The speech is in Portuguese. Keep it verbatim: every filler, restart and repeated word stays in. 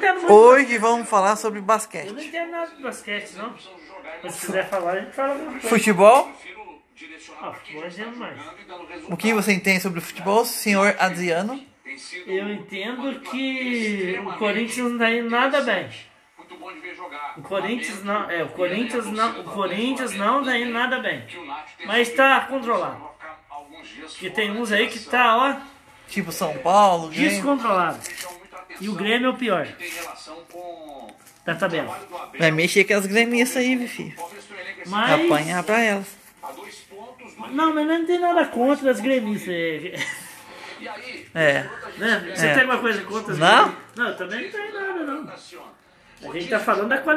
entendo muito. Hoje vamos falar sobre basquete. Eu não entendo nada de basquete, não. Mas se quiser falar, a gente fala alguma coisa. Futebol? Ah, futebol eu entendo mais. O que você entende sobre futebol, senhor Adriano? Eu entendo que o Corinthians não tá indo nada bem. O Corinthians não, é, o Corinthians não, o Corinthians não tá indo nada bem. Mas tá controlado. Porque tem uns aí que tá, ó, Tipo São Paulo, Grêmio. descontrolado. E o Grêmio é o pior da tabela. Vai mexer com as gremistas aí, Vifi. Mas Apanhar pra elas. não, mas não tem nada contra as gremistas. É. Né? Você É. tem alguma coisa contra as Não? gremistas? Não, eu também não tenho nada, não. A gente tá falando da qualidade.